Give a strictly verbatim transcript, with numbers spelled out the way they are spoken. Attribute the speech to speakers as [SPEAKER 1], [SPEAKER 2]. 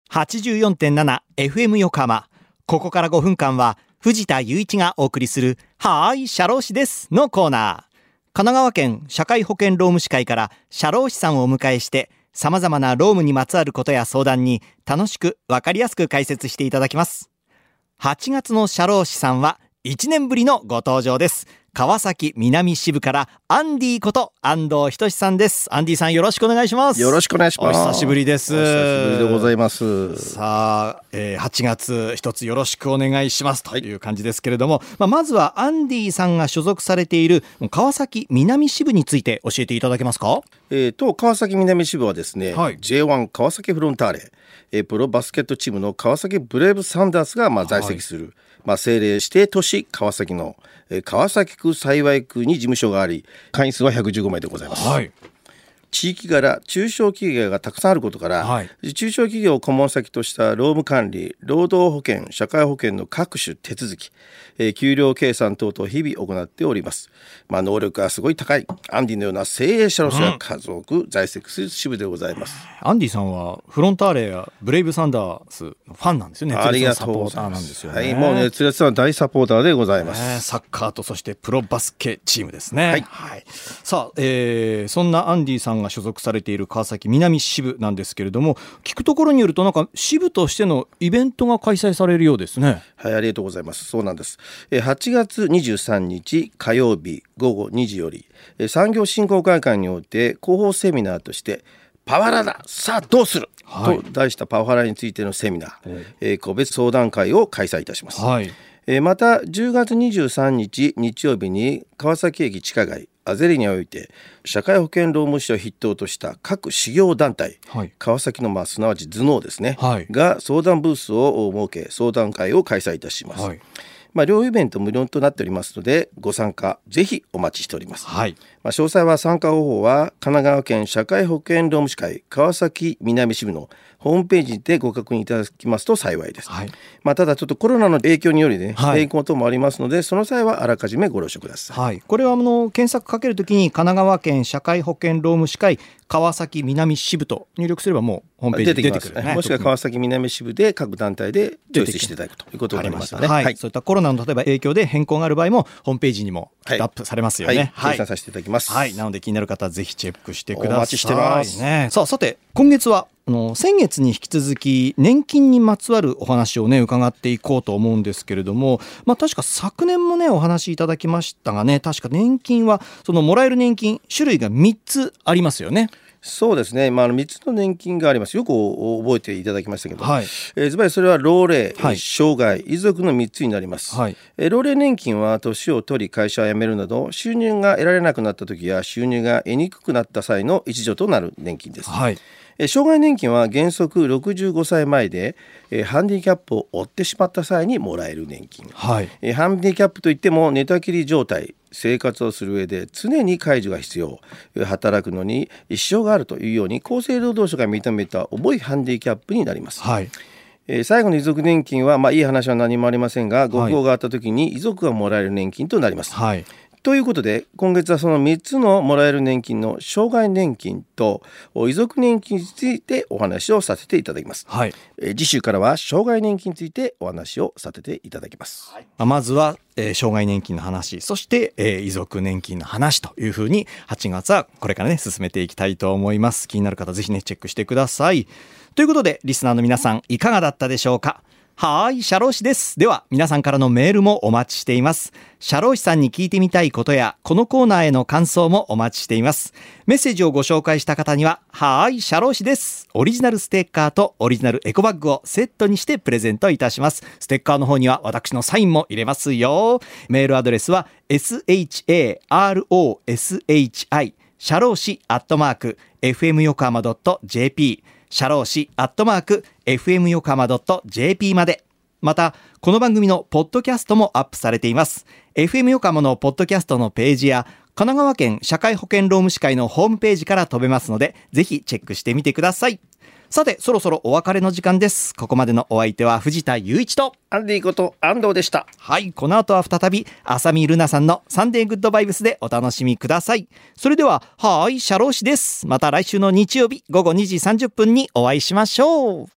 [SPEAKER 1] はちじゅうよんてんななエフエム 横浜。ここからごふんかんは藤田雄一がお送りするはーい社労士ですのコーナー。神奈川県社会保険労務士会から社労士さんをお迎えして様々な労務にまつわることや相談に楽しくわかりやすく解説していただきます。はちがつの社労士さんはいちねんぶりのご登場です。川崎南支部からアンディこと安藤仁さんです。アンディさん、よろしくお願いします。
[SPEAKER 2] よろしくお願いします。
[SPEAKER 1] お久しぶりです。
[SPEAKER 2] お久しぶりでございます。
[SPEAKER 1] さあ、えー、はちがつ一つよろしくお願いしますという感じですけれども、はい、まあ、まずはアンディさんが所属されている川崎南支部について教えていただけますか。
[SPEAKER 2] えー、と川崎南支部はですね、はい、ジェイワン 川崎フロンターレ、えー、プロバスケットチームの川崎ブレイブサンダースがまあ在籍する、はい、まあ、政令指定都市川崎の、えー、川崎区幸区に事務所があり、会員数はひゃくじゅうごまいでございます。はい、地域柄中小企業がたくさんあることから、はい、中小企業を顧問先とした労務管理、労働保険、社会保険の各種手続き、えー、給料計算等々日々行っております。まあ、能力がすごい高いアンディのような精鋭社労士が数多く在籍する支部でございます。
[SPEAKER 1] うん、アンディさんはフロンターレやブレイブサンダースのファンなんですよね。
[SPEAKER 2] ありがとうございます。はい、もう熱烈な大サポーターでございます。
[SPEAKER 1] ね、サッカーとそしてプロバスケチームですね。はいはい、さあ、えー、そんなアンディさんが所属されている川崎南支部なんですけれども、聞くところによるとなんか支部としてのイベントが開催されるようですね。
[SPEAKER 2] はい、ありがとうございます。そうなんです。はちがつにじゅうさんにち火曜日ごごにじより産業振興会館において広報セミナーとしてパワハラださあどうする、はい、と題したパワハラについてのセミナー、えー、個別相談会を開催いたします。はい、えー、またじゅうがつにじゅうさんにち日曜日に川崎駅地下街アゼリにおいて社会保険労務士を筆頭とした各事業団体、はい、川崎のまあすなわち頭脳ですね、はい、が相談ブースを設け相談会を開催いたします。はい、まあ、両イベント無料となっておりますのでご参加ぜひお待ちしております。はい、まあ、詳細は参加方法は神奈川県社会保険労務士会川崎南支部のホームページでご確認いただきますと幸いです。はい、まあ、ただちょっとコロナの影響によりね、はい、変更等もありますのでその際はあらかじめご了承ください。
[SPEAKER 1] はい、これはあの検索かけるときに神奈川県社会保険労務士会川崎南支部と入力すればもうホームページに出てくる、ね、
[SPEAKER 2] ね、もしくは川崎南支部で各団体でチョイスしていただくということになりますね。
[SPEAKER 1] はいはい、そういったコロナの例えば影響で変更がある場合もホームページにもアップされますよね。はい、
[SPEAKER 2] はい、掲載させていただきます。
[SPEAKER 1] はい、なので気になる方はぜひチェックしてください。
[SPEAKER 2] お待ちしてます、
[SPEAKER 1] ね、さあ、さて今月はあの先月に引き続き年金にまつわるお話をね伺っていこうと思うんですけれども、まあ、確か昨年もねお話いただきましたがね、確か年金はそのもらえる年金種類がみっつありますよね。
[SPEAKER 2] そうですね、まあ、みっつの年金があります。よく覚えていただきましたけど、はい、えー、ずばりそれは老齢、はい、障害、遺族のみっつになります。はい、えー、老齢年金は年を取り会社を辞めるなど収入が得られなくなった時や収入が得にくくなった際の一助となる年金です。はい、えー、障害年金は原則ろくじゅうごさいまえで、えー、ハンディキャップを負ってしまった際にもらえる年金。はい、えー、ハンディキャップといっても寝たきり状態、生活をする上で常に介助が必要、働くのに一生があるというように厚生労働省が認めた重いハンディキャップになります。はい、えー、最後の遺族年金は、まあ、いい話は何もありませんが、ご不幸があった時に遺族がもらえる年金となります。はい、ということで今月はそのみっつのもらえる年金の障害年金と遺族年金についてお話をさせていただきます。はい、えー、次週からは障害年金についてお話をさせていただきます。はい、
[SPEAKER 1] まずは、えー、障害年金の話、そして、えー、遺族年金の話というふうにはちがつはこれからね進めていきたいと思います。気になる方ぜひねチェックしてください。ということでリスナーの皆さんいかがだったでしょうか。はーい、社労士です。では皆さんからのメールもお待ちしています。社労士さんに聞いてみたいことやこのコーナーへの感想もお待ちしています。メッセージをご紹介した方にははーい、社労士ですオリジナルステッカーとオリジナルエコバッグをセットにしてプレゼントいたします。ステッカーの方には私のサインも入れますよ。メールアドレスは シャローシ 社労士アットマーク エフエム 横浜 ドット ジェーピー社労士アットマーク エフエム 横浜 ドット ジェーピー まで。またこの番組のポッドキャストもアップされています。 エフエム 横浜のポッドキャストのページや神奈川県社会保険労務士会のホームページから飛べますのでぜひチェックしてみてください。さてそろそろお別れの時間です。ここまでのお相手は藤田雄一と
[SPEAKER 2] アンディこと安藤でした。
[SPEAKER 1] はい、この後は再び浅見ルナさんのサンデーグッドバイブスでお楽しみください。それでははーい、社労士です。また来週の日曜日ごごにじさんじゅっぷんにお会いしましょう。